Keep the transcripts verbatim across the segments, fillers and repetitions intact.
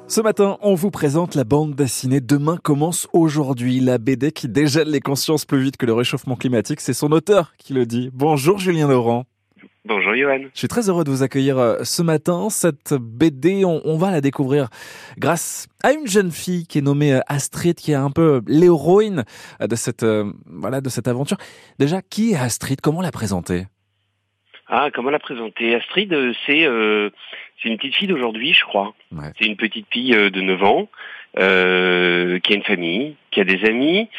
Ce matin, on vous présente la bande dessinée Demain commence aujourd'hui, la B D qui dégèle les consciences plus vite que le réchauffement climatique. C'est son auteur qui le dit. Bonjour Julien Laurent. Bonjour Johan. Je suis très heureux de vous accueillir ce matin. Cette B D, on, on va la découvrir grâce à une jeune fille qui est nommée Astrid, qui est un peu l'héroïne de cette, euh, voilà, de cette aventure. Déjà, qui est Astrid? Comment la présenter? Ah, comment la présenter? Astrid, c'est euh, c'est une petite fille d'aujourd'hui, je crois. Ouais. C'est une petite fille de neuf ans, euh, qui a une famille, qui a des amis,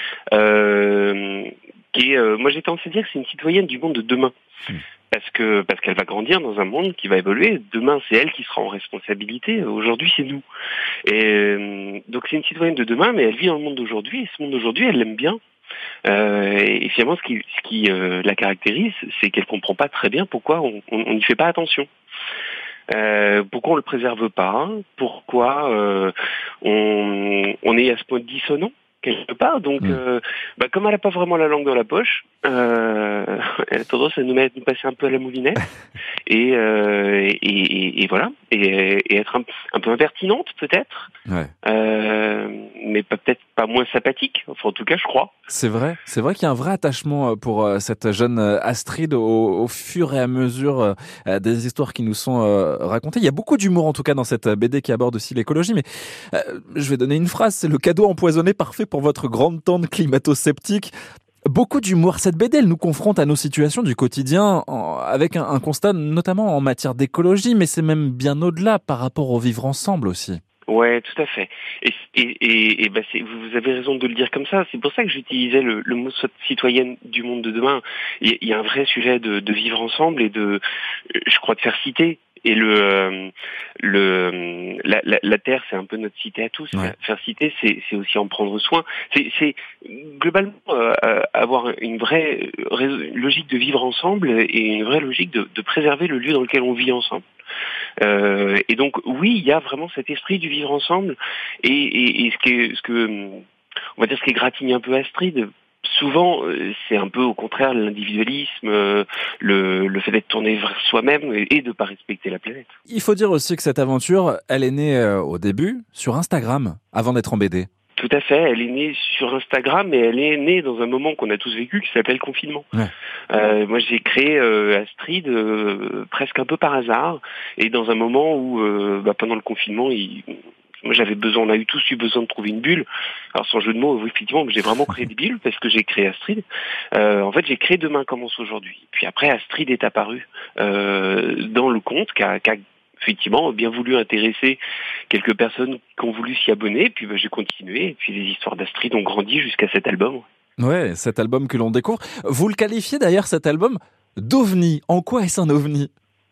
euh, qui est, euh, moi j'ai tendance à dire que c'est une citoyenne du monde de demain. Mmh. Parce que parce qu'elle va grandir dans un monde qui va évoluer. Demain, c'est elle qui sera en responsabilité. Aujourd'hui, c'est nous. Et euh, donc c'est une citoyenne de demain, mais elle vit dans le monde d'aujourd'hui. Et ce monde d'aujourd'hui, elle l'aime bien. Euh, et finalement, ce qui, ce qui euh, la caractérise, c'est qu'elle comprend pas très bien pourquoi on n'y fait pas attention. Euh, pourquoi on le préserve pas? Pourquoi euh, on, on est à ce point dissonant quelque part? Donc, mmh. euh, bah, comme elle n'a pas vraiment la langue dans la poche, euh, elle a tendance à nous mettre, nous passer un peu à la moulinette. Et, euh, et, et, et voilà, et, et être un, un peu impertinente peut-être, ouais. euh, mais peut-être pas moins sympathique. Enfin, en tout cas, je crois. C'est vrai, c'est vrai qu'il y a un vrai attachement pour cette jeune Astrid au, au fur et à mesure des histoires qui nous sont racontées. Il y a beaucoup d'humour en tout cas dans cette B D qui aborde aussi l'écologie. Mais euh, je vais donner une phrase, c'est le cadeau empoisonné parfait pour votre grande tante climato-sceptique. Beaucoup d'humour. Cette B D, elle nous confronte à nos situations du quotidien en, avec un, un constat notamment en matière d'écologie, mais c'est même bien au-delà par rapport au vivre ensemble aussi. Ouais, tout à fait. Et, et, et, et bah c'est, vous avez raison de le dire comme ça. C'est pour ça que j'utilisais le, le mot citoyenne du monde de demain. Il y a un vrai sujet de, de vivre ensemble et de, je crois, de faire cité. Et le, euh, le, la, la, la terre, c'est un peu notre cité à tous. Ouais. Faire cité, c'est, c'est aussi en prendre soin. C'est, c'est globalement euh, avoir une vraie logique de vivre ensemble et une vraie logique de, de préserver le lieu dans lequel on vit ensemble. Euh, et donc, oui, il y a vraiment cet esprit du vivre ensemble. Et, et, et ce qui est, ce que, on va dire, ce qui gratigne un peu Astrid. Souvent, c'est un peu au contraire l'individualisme, le, le fait d'être tourné vers soi-même et de ne pas respecter la planète. Il faut dire aussi que cette aventure, elle est née euh, au début sur Instagram, avant d'être en B D. Tout à fait, elle est née sur Instagram et elle est née dans un moment qu'on a tous vécu qui s'appelle confinement. Ouais. Euh, moi j'ai créé euh, Astrid euh, presque un peu par hasard et dans un moment où euh, bah, pendant le confinement, il... moi j'avais besoin, on a eu tous eu besoin de trouver une bulle. Alors sans jeu de mots, effectivement, j'ai vraiment créé des bulles parce que j'ai créé Astrid. Euh, en fait, j'ai créé Demain commence aujourd'hui. Puis après, Astrid est apparue euh, dans le conte qu'a, qu'a effectivement bien voulu intéresser quelques personnes qui ont voulu s'y abonner. Puis bah, j'ai continué. Et puis les histoires d'Astrid ont grandi jusqu'à cet album. Ouais, cet album que l'on découvre. Vous le qualifiez d'ailleurs cet album d'ovni. En quoi est-ce un ovni?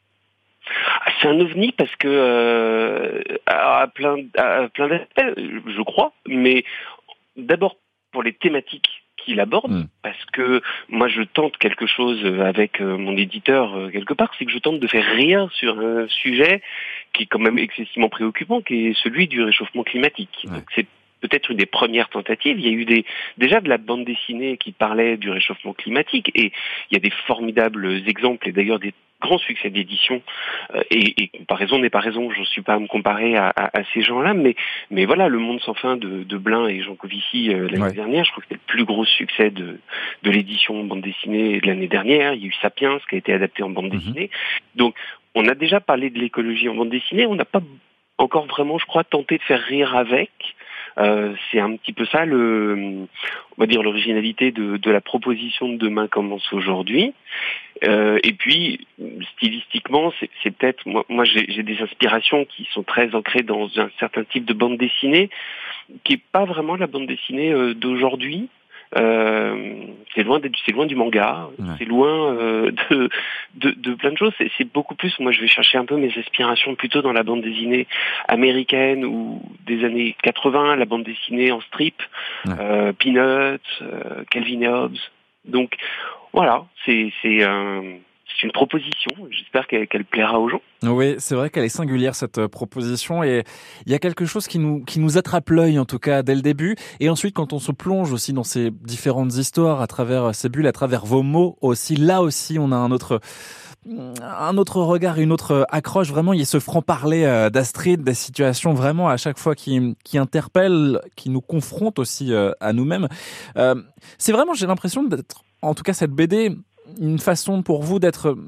C'est un ovni parce que euh, à plein, à plein d'aspects, je crois, mais d'abord pour les thématiques qu'il aborde, mmh. parce que moi je tente quelque chose avec mon éditeur quelque part, c'est que je tente de faire rien sur un sujet qui est quand même excessivement préoccupant, qui est celui du réchauffement climatique. Ouais. Donc c'est peut-être une des premières tentatives. Il y a eu des, déjà de la bande dessinée qui parlait du réchauffement climatique et il y a des formidables exemples et d'ailleurs des grands succès d'édition euh, et, et comparaison n'est pas raison, je ne suis pas à me comparer à, à, à ces gens-là, mais, mais voilà, Le Monde sans fin de, de Blin et Jean Covici euh, l'année ouais. dernière, je crois que c'était le plus gros succès de, de l'édition bande dessinée de l'année dernière. Il y a eu Sapiens qui a été adapté en bande mm-hmm. dessinée. Donc on a déjà parlé de l'écologie en bande dessinée, on n'a pas encore vraiment, je crois, tenté de faire rire avec. Euh, c'est un petit peu ça le, on va dire l'originalité de, de la proposition de Demain commence aujourd'hui. Euh, et puis stylistiquement, c'est, c'est peut-être moi, moi j'ai, j'ai des inspirations qui sont très ancrées dans un certain type de bande dessinée, qui est pas vraiment la bande dessinée euh, d'aujourd'hui. Euh, c'est loin d'être, c'est loin du manga, ouais. c'est loin euh, de, de de plein de choses. C'est, c'est beaucoup plus. Moi, je vais chercher un peu mes inspirations plutôt dans la bande dessinée américaine ou des années quatre-vingts, la bande dessinée en strip, ouais. euh, Peanuts, euh, Calvin et Hobbes. Donc voilà, c'est c'est un C'est une proposition, j'espère qu'elle, qu'elle plaira aux gens. Oui, c'est vrai qu'elle est singulière cette proposition et il y a quelque chose qui nous, qui nous attrape l'œil en tout cas dès le début et ensuite quand on se plonge aussi dans ces différentes histoires à travers ces bulles, à travers vos mots aussi, là aussi on a un autre, un autre regard, une autre accroche. Vraiment, il y a ce franc-parler euh, d'Astrid, des situations vraiment à chaque fois qui, qui interpellent, qui nous confrontent aussi euh, à nous-mêmes. Euh, c'est vraiment, j'ai l'impression d'être, en tout cas cette B D, une façon pour vous d'être,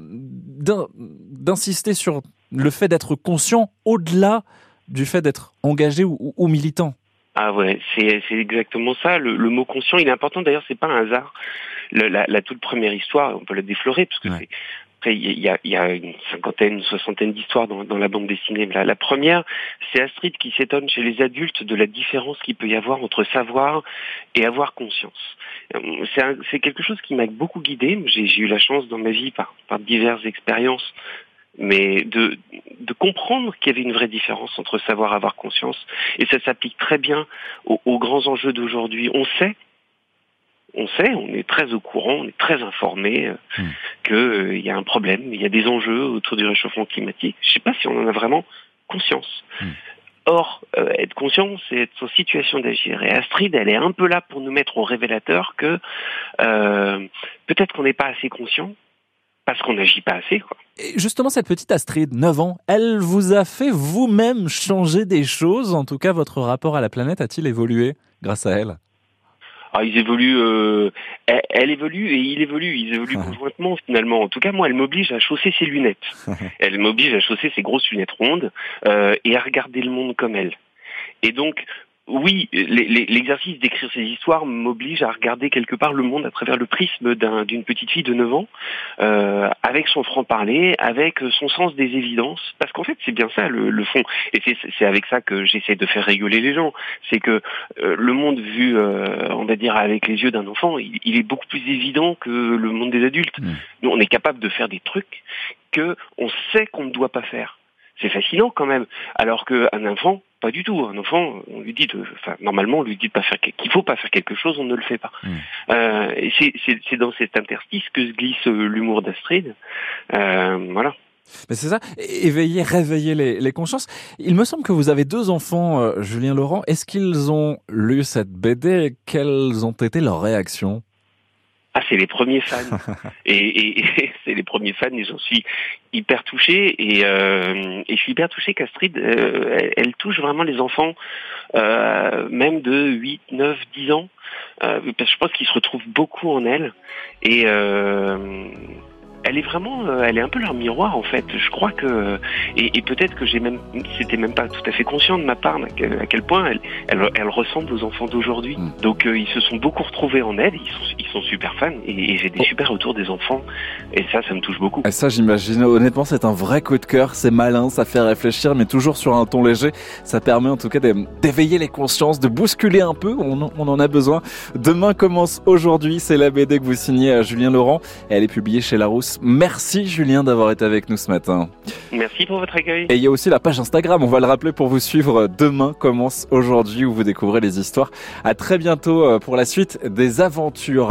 d'insister sur le fait d'être conscient au-delà du fait d'être engagé ou, ou, ou militant. Ah ouais, c'est, c'est exactement ça. Le, le mot conscient, il est important. D'ailleurs, c'est pas un hasard. Le, la, la toute première histoire, on peut la déflorer parce que ouais. c'est, après, il y a, il y a une cinquantaine, une soixantaine d'histoires dans, dans la bande dessinée. La, la première, c'est Astrid qui s'étonne chez les adultes de la différence qu'il peut y avoir entre savoir et avoir conscience. C'est, un, c'est quelque chose qui m'a beaucoup guidé. J'ai, j'ai eu la chance dans ma vie, par, par diverses expériences, mais de, de comprendre qu'il y avait une vraie différence entre savoir et avoir conscience. Et ça s'applique très bien aux, aux grands enjeux d'aujourd'hui. On sait, on sait, on est très au courant, on est très informé euh, mmh. qu'il euh, y a un problème, il y a des enjeux autour du réchauffement climatique. Je ne sais pas si on en a vraiment conscience. Mmh. Or, euh, être conscient, c'est être en situation d'agir. Et Astrid, elle est un peu là pour nous mettre au révélateur que euh, peut-être qu'on n'est pas assez conscient, parce qu'on n'agit pas assez, quoi. Et justement, cette petite Astrid, neuf ans, elle vous a fait vous-même changer des choses. En tout cas, votre rapport à la planète a-t-il évolué grâce à elle ? Ah, ils évoluent, euh, elle, elle évolue et il évolue, ils évoluent conjointement finalement. En tout cas, moi, elle m'oblige à chausser ses lunettes. Elle m'oblige à chausser ses grosses lunettes rondes euh, et à regarder le monde comme elle. Et donc, oui, l'exercice d'écrire ces histoires m'oblige à regarder quelque part le monde à travers le prisme d'un, d'une petite fille de neuf ans, euh, avec son franc-parler, avec son sens des évidences, parce qu'en fait c'est bien ça le, le fond, et c'est, c'est avec ça que j'essaie de faire rigoler les gens, c'est que euh, le monde vu, euh, on va dire avec les yeux d'un enfant, il, il est beaucoup plus évident que le monde des adultes. Mmh. Nous on est capable de faire des trucs que on sait qu'on ne doit pas faire. C'est fascinant quand même, alors qu'un enfant, pas du tout. Un enfant, on lui dit de, enfin, normalement, on lui dit de pas faire, qu'il faut pas faire quelque chose, on ne le fait pas. Mmh. Euh, et c'est, c'est, c'est dans cet interstice que se glisse l'humour d'Astrid. Euh, voilà. Mais c'est ça, éveiller, réveiller les, les consciences. Il me semble que vous avez deux enfants, euh, Julien Laurent. Est-ce qu'ils ont lu cette B D et quelles ont été leurs réactions ? Ah, c'est les premiers fans. et, et, et c'est les premiers fans et j'en suis hyper touché. Et, euh, et je suis hyper touché qu'Astrid, euh, elle, elle touche vraiment les enfants, euh, même de huit, neuf, dix ans. Euh, parce que je pense qu'ils se retrouvent beaucoup en elle. Et... Euh, elle est vraiment, euh, elle est un peu leur miroir en fait. Je crois que et, et peut-être que j'ai même, c'était même pas tout à fait conscient de ma part à quel, à quel point elle, elle, elle ressemble aux enfants d'aujourd'hui. Mmh. Donc euh, ils se sont beaucoup retrouvés en elle. Ils sont, ils sont super fans et, et j'ai des super retours des enfants. Et ça, ça me touche beaucoup. Et ça, j'imagine. Honnêtement, c'est un vrai coup de cœur. C'est malin, ça fait réfléchir, mais toujours sur un ton léger. Ça permet en tout cas d'éveiller les consciences, de bousculer un peu. On, on en a besoin. Demain commence aujourd'hui. C'est la B D que vous signez à Julien Laurent. Elle est publiée chez Larousse. Merci Julien d'avoir été avec nous ce matin. Merci pour votre accueil. Et il y a aussi la page Instagram, on va le rappeler pour vous suivre. Demain commence aujourd'hui où vous découvrez les histoires. À très bientôt pour la suite des aventures.